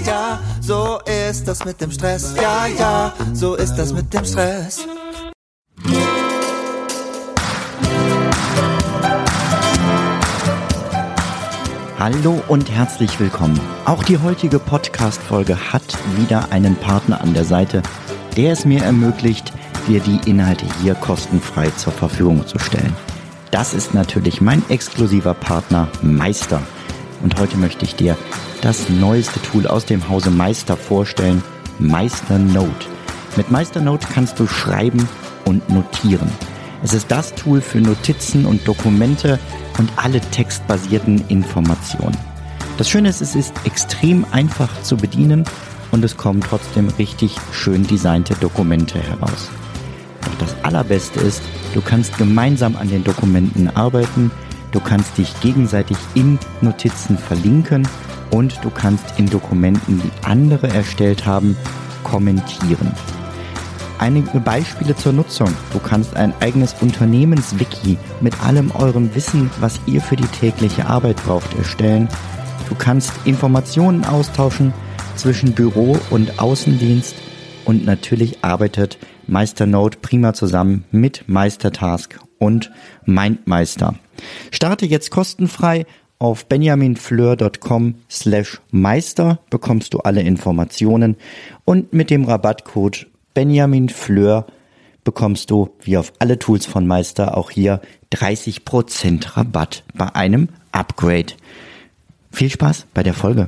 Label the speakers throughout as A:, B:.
A: ja, so ist das mit dem Stress. Ja, ja, so ist das mit dem Stress.
B: Hallo und herzlich willkommen. Auch die heutige Podcast-Folge hat wieder einen Partner an der Seite, der es mir ermöglicht, dir die Inhalte hier kostenfrei zur Verfügung zu stellen. Das ist natürlich mein exklusiver Partner Meister. Und heute möchte ich dir das neueste Tool aus dem Hause Meister vorstellen, MeisterNote. Mit MeisterNote kannst du schreiben und notieren. Es ist das Tool für Notizen und Dokumente und alle textbasierten Informationen. Das Schöne ist, es ist extrem einfach zu bedienen und es kommen trotzdem richtig schön designte Dokumente heraus. Doch das Allerbeste ist, du kannst gemeinsam an den Dokumenten arbeiten, du kannst dich gegenseitig in Notizen verlinken und du kannst in Dokumenten, die andere erstellt haben, kommentieren. Einige Beispiele zur Nutzung. Du kannst ein eigenes Unternehmenswiki mit allem eurem Wissen, was ihr für die tägliche Arbeit braucht, erstellen. Du kannst Informationen austauschen zwischen Büro und Außendienst und natürlich arbeitet MeisterNote prima zusammen mit Meistertask und MindMeister. Starte jetzt kostenfrei. Auf benjaminfleur.com/meister bekommst du alle Informationen und mit dem Rabattcode BenjaminFleur bekommst du, wie auf alle Tools von Meister, auch hier 30% Rabatt bei einem Upgrade. Viel Spaß bei der Folge.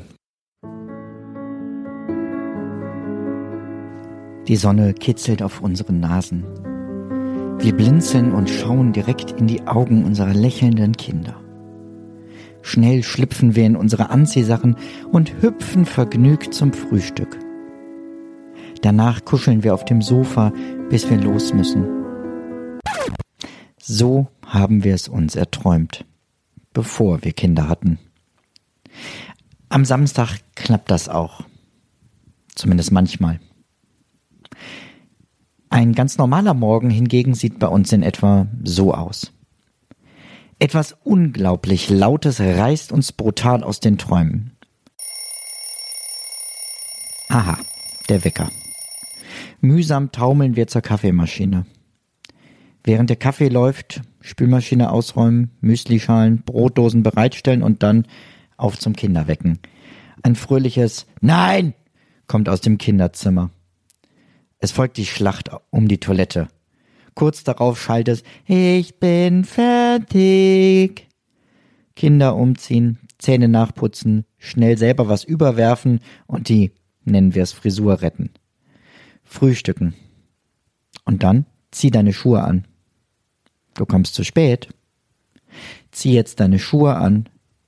B: Die Sonne kitzelt auf unseren Nasen. Wir blinzeln und schauen direkt in die Augen unserer lächelnden Kinder. Schnell schlüpfen wir in unsere Anziehsachen und hüpfen vergnügt zum Frühstück. Danach kuscheln wir auf dem Sofa, bis wir los müssen. So haben wir es uns erträumt, bevor wir Kinder hatten. Am Samstag klappt das auch. Zumindest manchmal. Ein ganz normaler Morgen hingegen sieht bei uns in etwa so aus. Etwas unglaublich Lautes reißt uns brutal aus den Träumen. Aha, der Wecker. Mühsam taumeln wir zur Kaffeemaschine. Während der Kaffee läuft, Spülmaschine ausräumen, Müslischalen, Brotdosen bereitstellen und dann auf zum Kinderwecken. Ein fröhliches Nein kommt aus dem Kinderzimmer. Es folgt die Schlacht um die Toilette. Kurz darauf schallt es Ich bin fertig. Kinder umziehen, Zähne nachputzen, schnell selber was überwerfen und die, nennen wir es Frisur retten. Frühstücken. Und dann zieh deine Schuhe an. Du kommst zu spät. Zieh jetzt deine Schuhe an.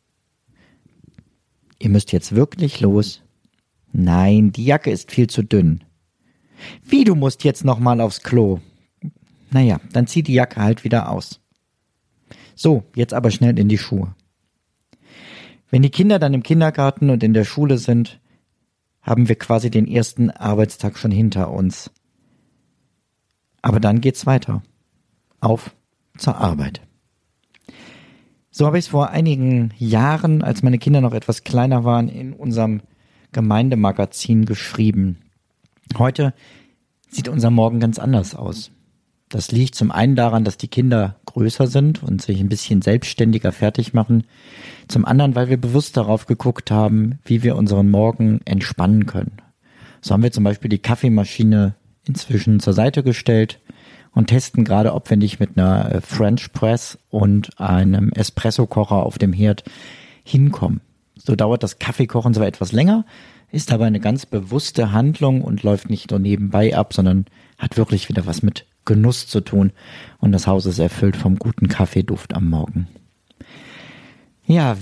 B: Ihr müsst jetzt wirklich los. Nein, die Jacke ist viel zu dünn. Wie, du musst jetzt nochmal aufs Klo? Naja, dann zieh die Jacke halt wieder aus. So, jetzt aber schnell in die Schuhe. Wenn die Kinder dann im Kindergarten und in der Schule sind, haben wir quasi den ersten Arbeitstag schon hinter uns. Aber dann geht's weiter. Auf zur Arbeit. So habe ich es vor einigen Jahren, als meine Kinder noch etwas kleiner waren, in unserem Gemeindemagazin geschrieben. Heute sieht unser Morgen ganz anders aus. Das liegt zum einen daran, dass die Kinder größer sind und sich ein bisschen selbstständiger fertig machen. Zum anderen, weil wir bewusst darauf geguckt haben, wie wir unseren Morgen entspannen können. So haben wir zum Beispiel die Kaffeemaschine inzwischen zur Seite gestellt und testen gerade, ob wir nicht mit einer French Press und einem Espresso-Kocher auf dem Herd hinkommen. So dauert das Kaffeekochen zwar etwas länger, ist aber eine ganz bewusste Handlung und läuft nicht nur nebenbei ab, sondern hat wirklich wieder was mit Genuss zu tun und das Haus ist erfüllt vom guten Kaffeeduft am Morgen. Ja,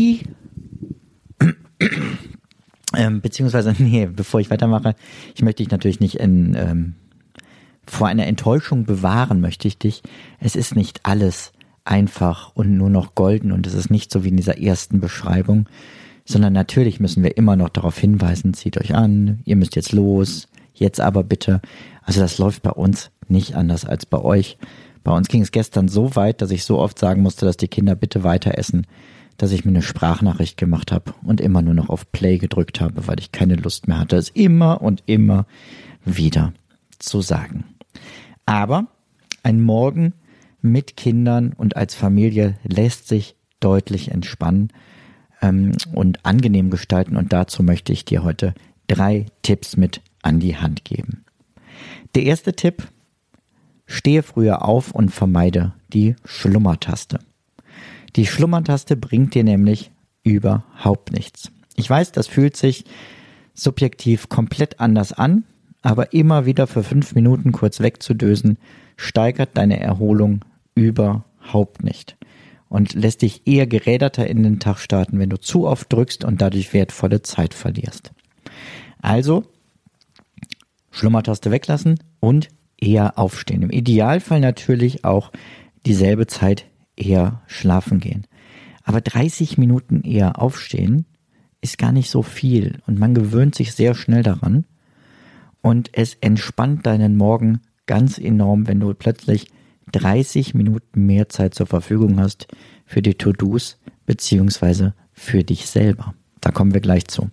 B: bevor ich weitermache, ich möchte dich natürlich nicht vor einer Enttäuschung bewahren, möchte ich dich. Es ist nicht alles einfach und nur noch golden und es ist nicht so wie in dieser ersten Beschreibung, sondern natürlich müssen wir immer noch darauf hinweisen, zieht euch an, ihr müsst jetzt los, jetzt aber bitte. Also das läuft bei uns nicht anders als bei euch. Bei uns ging es gestern so weit, dass ich so oft sagen musste, dass die Kinder bitte weiter essen, dass ich mir eine Sprachnachricht gemacht habe und immer nur noch auf Play gedrückt habe, weil ich keine Lust mehr hatte, es immer und immer wieder zu sagen. Aber ein Morgen mit Kindern und als Familie lässt sich deutlich entspannen und angenehm gestalten, und dazu möchte ich dir heute 3 Tipps mit an die Hand geben. Der erste Tipp: Stehe früher auf und vermeide die Schlummertaste. Die Schlummertaste bringt dir nämlich überhaupt nichts. Ich weiß, das fühlt sich subjektiv komplett anders an, aber immer wieder für 5 Minuten kurz wegzudösen, steigert deine Erholung überhaupt nicht und lässt dich eher geräderter in den Tag starten, wenn du zu oft drückst und dadurch wertvolle Zeit verlierst. Also Schlummertaste weglassen und eher aufstehen. Im Idealfall natürlich auch dieselbe Zeit eher schlafen gehen. Aber 30 Minuten eher aufstehen ist gar nicht so viel und man gewöhnt sich sehr schnell daran und es entspannt deinen Morgen ganz enorm, wenn du plötzlich 30 Minuten mehr Zeit zur Verfügung hast für die To-Dos beziehungsweise für dich selber. Da kommen wir gleich zu.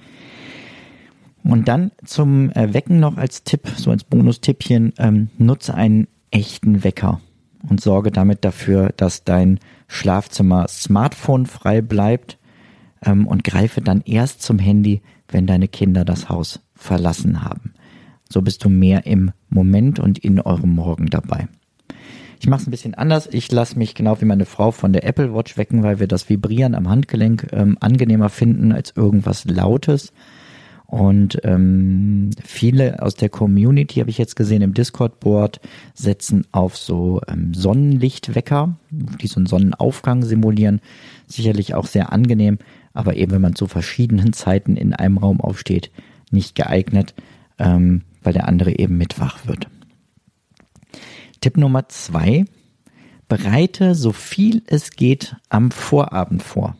B: Und dann zum Wecken noch als Tipp, so als Bonustippchen, nutze einen echten Wecker und sorge damit dafür, dass dein Schlafzimmer smartphone-frei bleibt und greife dann erst zum Handy, wenn deine Kinder das Haus verlassen haben. So bist du mehr im Moment und in eurem Morgen dabei. Ich mache es ein bisschen anders. Ich lasse mich genau wie meine Frau von der Apple Watch wecken, weil wir das Vibrieren am Handgelenk angenehmer finden als irgendwas Lautes. Und viele aus der Community, habe ich jetzt gesehen im Discord-Board, setzen auf so Sonnenlichtwecker, die so einen Sonnenaufgang simulieren. Sicherlich auch sehr angenehm, aber eben wenn man zu verschiedenen Zeiten in einem Raum aufsteht, nicht geeignet, weil der andere eben mit wach wird. Tipp Nummer 2: Bereite so viel es geht am Vorabend vor.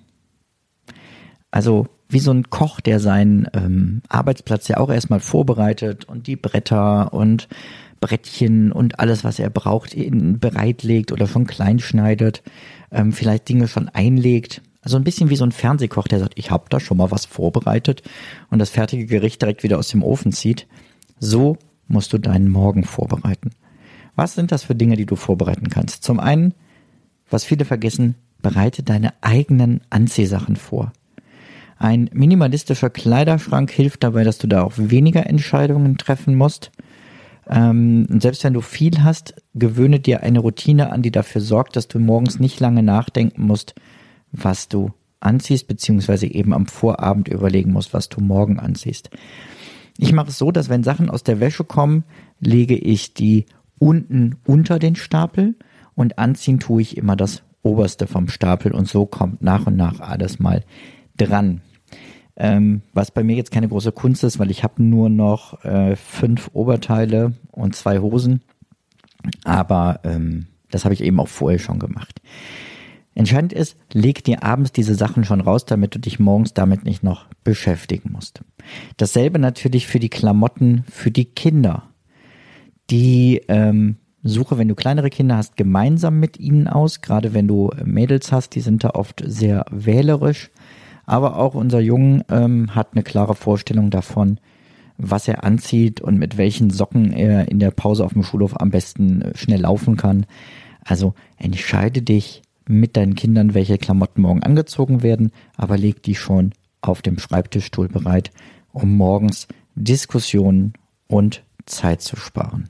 B: Also wie so ein Koch, der seinen Arbeitsplatz ja auch erstmal vorbereitet und die Bretter und Brettchen und alles, was er braucht, bereitlegt oder schon klein schneidet, vielleicht Dinge schon einlegt. Also ein bisschen wie so ein Fernsehkoch, der sagt, ich habe da schon mal was vorbereitet und das fertige Gericht direkt wieder aus dem Ofen zieht. So musst du deinen Morgen vorbereiten. Was sind das für Dinge, die du vorbereiten kannst? Zum einen, was viele vergessen, bereite deine eigenen Anziehsachen vor. Ein minimalistischer Kleiderschrank hilft dabei, dass du da auch weniger Entscheidungen treffen musst. Und selbst wenn du viel hast, gewöhne dir eine Routine an, die dafür sorgt, dass du morgens nicht lange nachdenken musst, was du anziehst, beziehungsweise eben am Vorabend überlegen musst, was du morgen anziehst. Ich mache es so, dass wenn Sachen aus der Wäsche kommen, lege ich die unten unter den Stapel und anziehen tue ich immer das oberste vom Stapel und so kommt nach und nach alles mal dran. Was bei mir jetzt keine große Kunst ist, weil ich habe nur noch 5 Oberteile und 2 Hosen, aber das habe ich eben auch vorher schon gemacht. Entscheidend ist, leg dir abends diese Sachen schon raus, damit du dich morgens damit nicht noch beschäftigen musst. Dasselbe natürlich für die Klamotten für die Kinder. Die suche, wenn du kleinere Kinder hast, gemeinsam mit ihnen aus, gerade wenn du Mädels hast, die sind da oft sehr wählerisch. Aber auch unser Jungen hat eine klare Vorstellung davon, was er anzieht und mit welchen Socken er in der Pause auf dem Schulhof am besten schnell laufen kann. Also entscheide dich mit deinen Kindern, welche Klamotten morgen angezogen werden, aber leg die schon auf dem Schreibtischstuhl bereit, um morgens Diskussionen und Zeit zu sparen.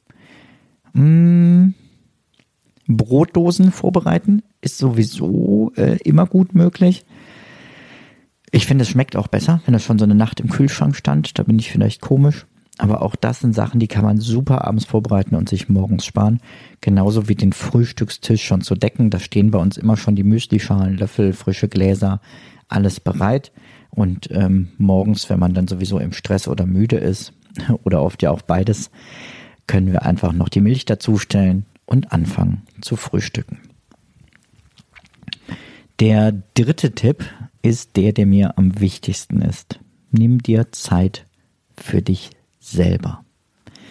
B: Brotdosen vorbereiten ist sowieso immer gut möglich. Ich finde, es schmeckt auch besser, wenn das schon so eine Nacht im Kühlschrank stand. Da bin ich vielleicht komisch. Aber auch das sind Sachen, die kann man super abends vorbereiten und sich morgens sparen. Genauso wie den Frühstückstisch schon zu decken. Da stehen bei uns immer schon die Müslischalen, Löffel, frische Gläser, alles bereit. Und morgens, wenn man dann sowieso im Stress oder müde ist, oder oft ja auch beides, können wir einfach noch die Milch dazustellen und anfangen zu frühstücken. Der dritte Tipp ist der mir am wichtigsten ist. Nimm dir Zeit für dich selber.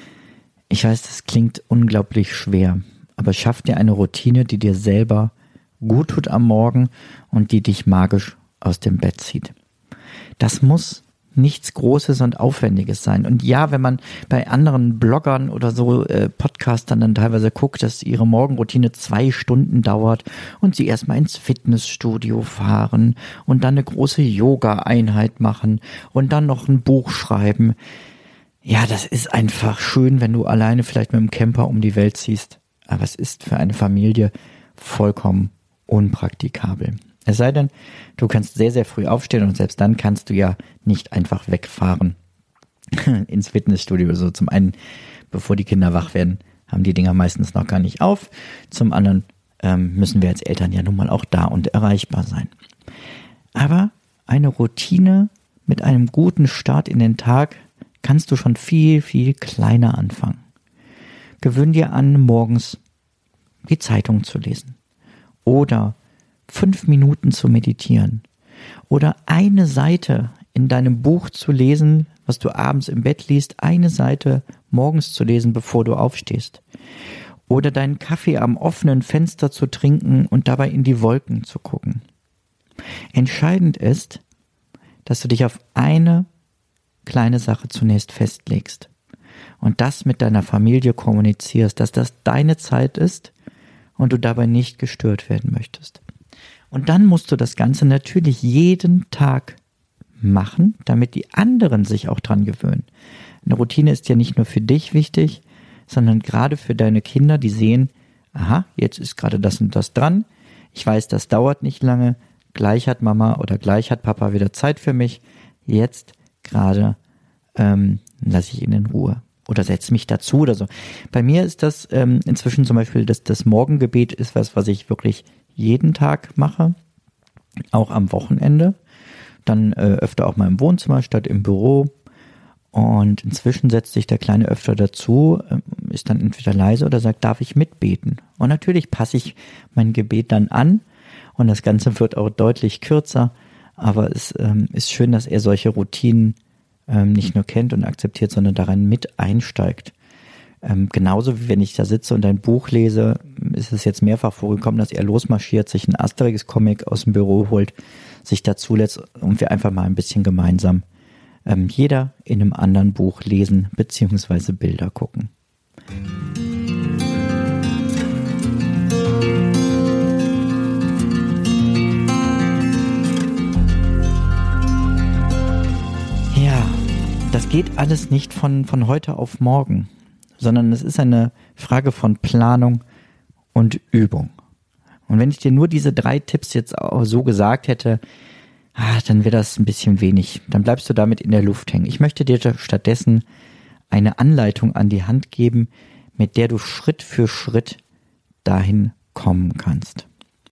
B: Ich weiß, das klingt unglaublich schwer, aber schaff dir eine Routine, die dir selber gut tut am Morgen und die dich magisch aus dem Bett zieht. Das muss nichts Großes und Aufwendiges sein. Und ja, wenn man bei anderen Bloggern oder so Podcastern dann teilweise guckt, dass ihre Morgenroutine 2 Stunden dauert und sie erstmal ins Fitnessstudio fahren und dann eine große Yoga-Einheit machen und dann noch ein Buch schreiben. Ja, das ist einfach schön, wenn du alleine vielleicht mit dem Camper um die Welt ziehst. Aber es ist für eine Familie vollkommen unpraktikabel. Es sei denn, du kannst sehr, sehr früh aufstehen und selbst dann kannst du ja nicht einfach wegfahren ins Fitnessstudio. So zum einen, bevor die Kinder wach werden, haben die Dinger meistens noch gar nicht auf. Zum anderen müssen wir als Eltern ja nun mal auch da und erreichbar sein. Aber eine Routine mit einem guten Start in den Tag kannst du schon viel, viel kleiner anfangen. Gewöhn dir an, morgens die Zeitung zu lesen oder 5 Minuten zu meditieren oder eine Seite in deinem Buch zu lesen, was du abends im Bett liest, eine Seite morgens zu lesen, bevor du aufstehst. Oder deinen Kaffee am offenen Fenster zu trinken und dabei in die Wolken zu gucken. Entscheidend ist, dass du dich auf eine kleine Sache zunächst festlegst und das mit deiner Familie kommunizierst, dass das deine Zeit ist und du dabei nicht gestört werden möchtest. Und dann musst du das Ganze natürlich jeden Tag machen, damit die anderen sich auch dran gewöhnen. Eine Routine ist ja nicht nur für dich wichtig, sondern gerade für deine Kinder, die sehen, aha, jetzt ist gerade das und das dran. Ich weiß, das dauert nicht lange. Gleich hat Mama oder gleich hat Papa wieder Zeit für mich. Jetzt gerade lasse ich ihn in Ruhe oder setze mich dazu oder so. Bei mir ist das inzwischen zum Beispiel, das Morgengebet ist was ich wirklich jeden Tag mache, auch am Wochenende, dann öfter auch mal im Wohnzimmer statt im Büro und inzwischen setzt sich der Kleine öfter dazu, ist dann entweder leise oder sagt, darf ich mitbeten? Und natürlich passe ich mein Gebet dann an und das Ganze wird auch deutlich kürzer, aber es ist schön, dass er solche Routinen nicht nur kennt und akzeptiert, sondern daran mit einsteigt. Genauso wie wenn ich da sitze und ein Buch lese, ist es jetzt mehrfach vorgekommen, dass er losmarschiert, sich ein Asterix-Comic aus dem Büro holt, sich dazulässt und wir einfach mal ein bisschen gemeinsam jeder in einem anderen Buch lesen bzw. Bilder gucken. Ja, das geht alles nicht von heute auf morgen, sondern es ist eine Frage von Planung und Übung. Und wenn ich dir nur diese 3 Tipps jetzt auch so gesagt hätte, dann wäre das ein bisschen wenig. Dann bleibst du damit in der Luft hängen. Ich möchte dir stattdessen eine Anleitung an die Hand geben, mit der du Schritt für Schritt dahin kommen kannst.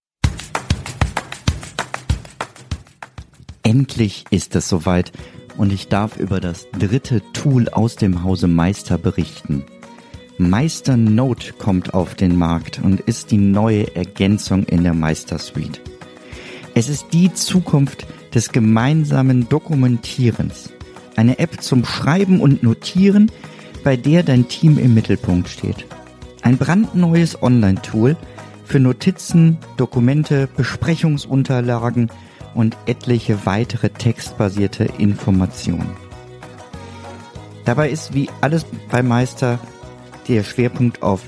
B: Endlich ist es soweit und ich darf über das 3. Tool aus dem Hause Meister berichten. Meister Note kommt auf den Markt und ist die neue Ergänzung in der Meister Suite. Es ist die Zukunft des gemeinsamen Dokumentierens. Eine App zum Schreiben und Notieren, bei der dein Team im Mittelpunkt steht. Ein brandneues Online-Tool für Notizen, Dokumente, Besprechungsunterlagen und etliche weitere textbasierte Informationen. Dabei ist wie alles bei Meister der Schwerpunkt auf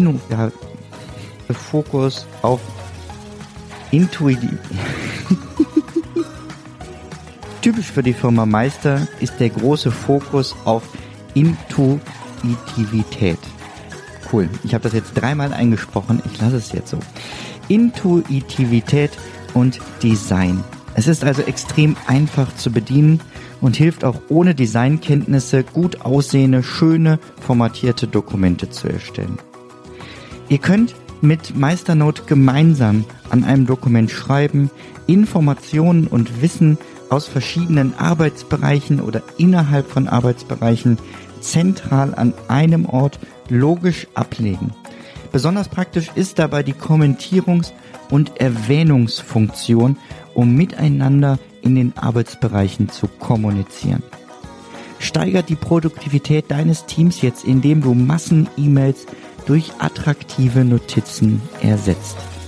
B: Fokus auf Intuitiv. Typisch für die Firma Meister ist der große Fokus auf Intuitivität. Cool, ich habe das jetzt 3-mal eingesprochen, ich lasse es jetzt so. Intuitivität und Design. Es ist also extrem einfach zu bedienen und hilft auch ohne Designkenntnisse gut aussehende, schöne, formatierte Dokumente zu erstellen. Ihr könnt mit MeisterNote gemeinsam an einem Dokument schreiben, Informationen und Wissen aus verschiedenen Arbeitsbereichen oder innerhalb von Arbeitsbereichen zentral an einem Ort logisch ablegen. Besonders praktisch ist dabei die Kommentierungs- und Erwähnungsfunktion, um miteinander in den Arbeitsbereichen zu kommunizieren. Steigert die Produktivität deines Teams jetzt, indem du Massen-E-Mails durch attraktive Notizen ersetzt.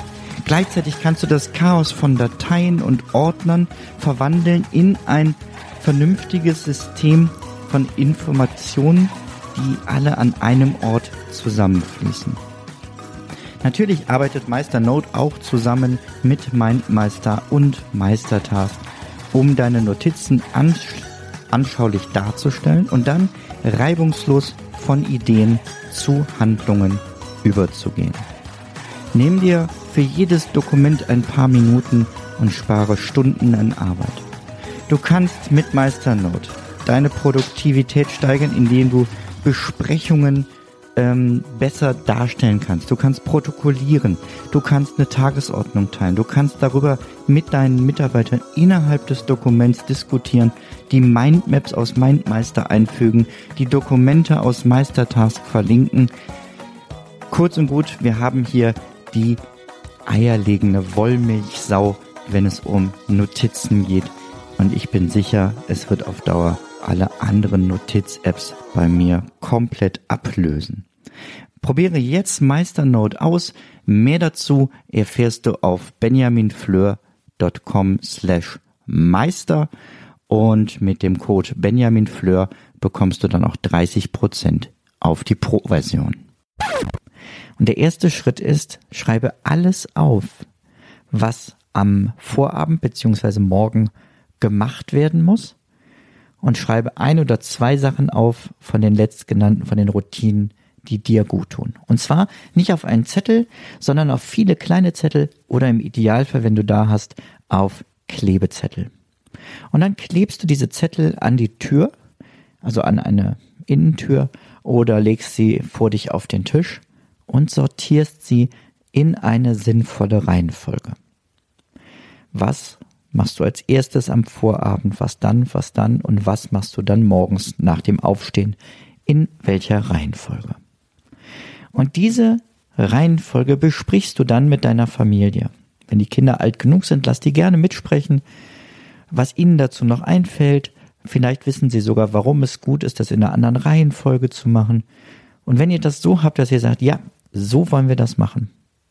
B: Gleichzeitig kannst du das Chaos von Dateien und Ordnern verwandeln in ein vernünftiges System von Informationen, die alle an einem Ort zusammenfließen. Natürlich arbeitet Meisternote auch zusammen mit MindMeister und Meistertask, um deine Notizen anschaulich darzustellen und dann reibungslos von Ideen zu Handlungen überzugehen. Nimm dir für jedes Dokument ein paar Minuten und spare Stunden an Arbeit. Du kannst mit Meisternote deine Produktivität steigern, indem du Besprechungen besser darstellen kannst. Du kannst protokollieren, du kannst eine Tagesordnung teilen, du kannst darüber mit deinen Mitarbeitern innerhalb des Dokuments diskutieren, die Mindmaps aus MindMeister einfügen, die Dokumente aus Meistertask verlinken. Kurz und gut, wir haben hier die eierlegende Wollmilchsau, wenn es um Notizen geht. Und ich bin sicher, es wird auf Dauer alle anderen Notiz-Apps bei mir komplett ablösen. Probiere jetzt Meisternote aus. Mehr dazu erfährst du auf benjaminfleur.com/meister und mit dem Code benjaminfleur bekommst du dann auch 30% auf die Pro-Version. Und der erste Schritt ist, schreibe alles auf, was am Vorabend bzw. morgen gemacht werden muss. Und schreibe 1 oder 2 Sachen auf von den letztgenannten, von den Routinen, die dir gut tun. Und zwar nicht auf einen Zettel, sondern auf viele kleine Zettel oder im Idealfall, wenn du da hast, auf Klebezettel. Und dann klebst du diese Zettel an die Tür, also an eine Innentür, oder legst sie vor dich auf den Tisch und sortierst sie in eine sinnvolle Reihenfolge. Was machst du als erstes am Vorabend, was dann und was machst du dann morgens nach dem Aufstehen, in welcher Reihenfolge? Und diese Reihenfolge besprichst du dann mit deiner Familie. Wenn die Kinder alt genug sind, lass die gerne mitsprechen, was ihnen dazu noch einfällt. Vielleicht wissen sie sogar, warum es gut ist, das in einer anderen Reihenfolge zu machen. Und wenn ihr das so habt, dass ihr sagt, ja, so wollen wir das machen,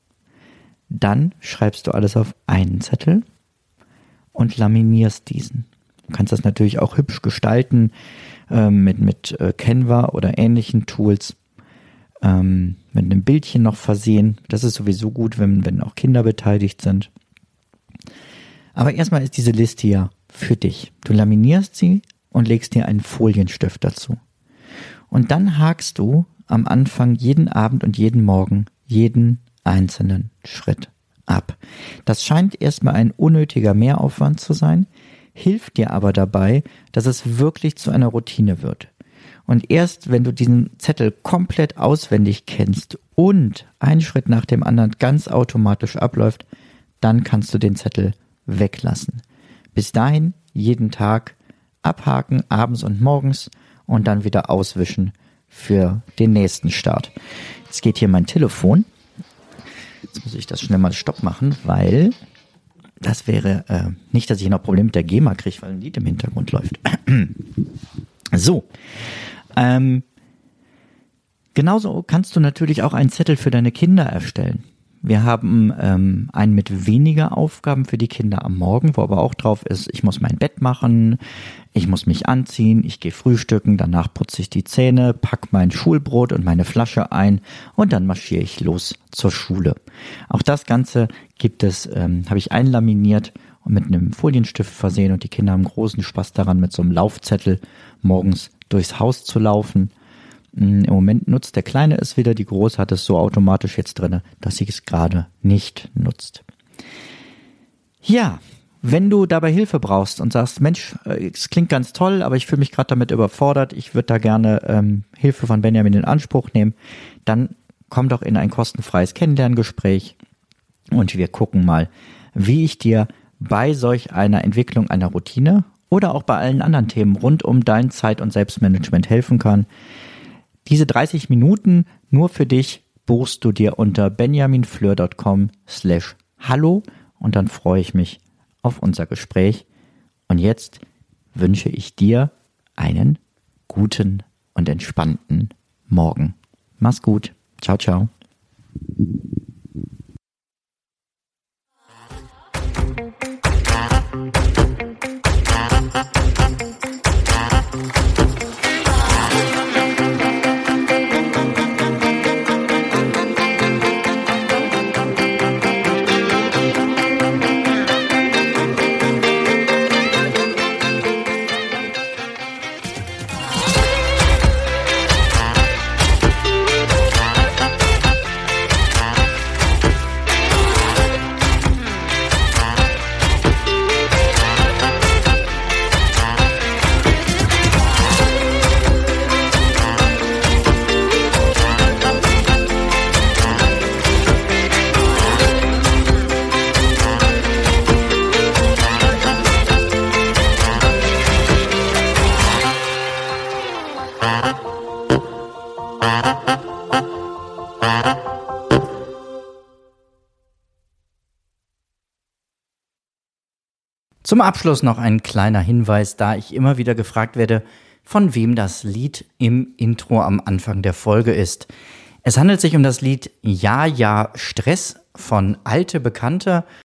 B: dann schreibst du alles auf einen Zettel und laminierst diesen. Du kannst das natürlich auch hübsch gestalten mit Canva oder ähnlichen Tools, mit einem Bildchen noch versehen. Das ist sowieso gut, wenn auch Kinder beteiligt sind. Aber erstmal ist diese Liste ja für dich. Du laminierst sie und legst dir einen Folienstift dazu. Und dann hakst du am Anfang jeden Abend und jeden Morgen jeden einzelnen Schritt ab. Das scheint erstmal ein unnötiger Mehraufwand zu sein, hilft dir aber dabei, dass es wirklich zu einer Routine wird. Und erst wenn du diesen Zettel komplett auswendig kennst und ein Schritt nach dem anderen ganz automatisch abläuft, dann kannst du den Zettel weglassen. Bis dahin jeden Tag abhaken, abends und morgens und dann wieder auswischen für den nächsten Start. Jetzt geht hier mein Telefon. Jetzt muss ich das schnell mal Stopp machen, weil das wäre nicht, dass ich noch Probleme mit der GEMA kriege, weil ein Lied im Hintergrund läuft. So. Genauso kannst du natürlich auch einen Zettel für deine Kinder erstellen. Wir haben einen mit weniger Aufgaben für die Kinder am Morgen, wo aber auch drauf ist, ich muss mein Bett machen, ich muss mich anziehen, ich gehe frühstücken, danach putze ich die Zähne, pack mein Schulbrot und meine Flasche ein und dann marschiere ich los zur Schule. Auch das Ganze gibt es, habe ich einlaminiert und mit einem Folienstift versehen und die Kinder haben großen Spaß daran, mit so einem Laufzettel morgens durchs Haus zu laufen. Im Moment nutzt der Kleine es wieder, die Große hat es so automatisch jetzt drin, dass sie es gerade nicht nutzt. Ja, wenn du dabei Hilfe brauchst und sagst, Mensch, es klingt ganz toll, aber ich fühle mich gerade damit überfordert, ich würde da gerne Hilfe von Benjamin in Anspruch nehmen, dann komm doch in ein kostenfreies Kennenlerngespräch und wir gucken mal, wie ich dir bei solch einer Entwicklung einer Routine oder auch bei allen anderen Themen rund um dein Zeit- und Selbstmanagement helfen kann. Diese 30 Minuten nur für dich buchst du dir unter benjaminfleur.com/hallo und dann freue ich mich auf unser Gespräch. Und jetzt wünsche ich dir einen guten und entspannten Morgen. Mach's gut. Ciao, ciao. Zum Abschluss noch ein kleiner Hinweis, da ich immer wieder gefragt werde, von wem das Lied im Intro am Anfang der Folge ist. Es handelt sich um das Lied Ja, ja, Stress von Alte Bekannte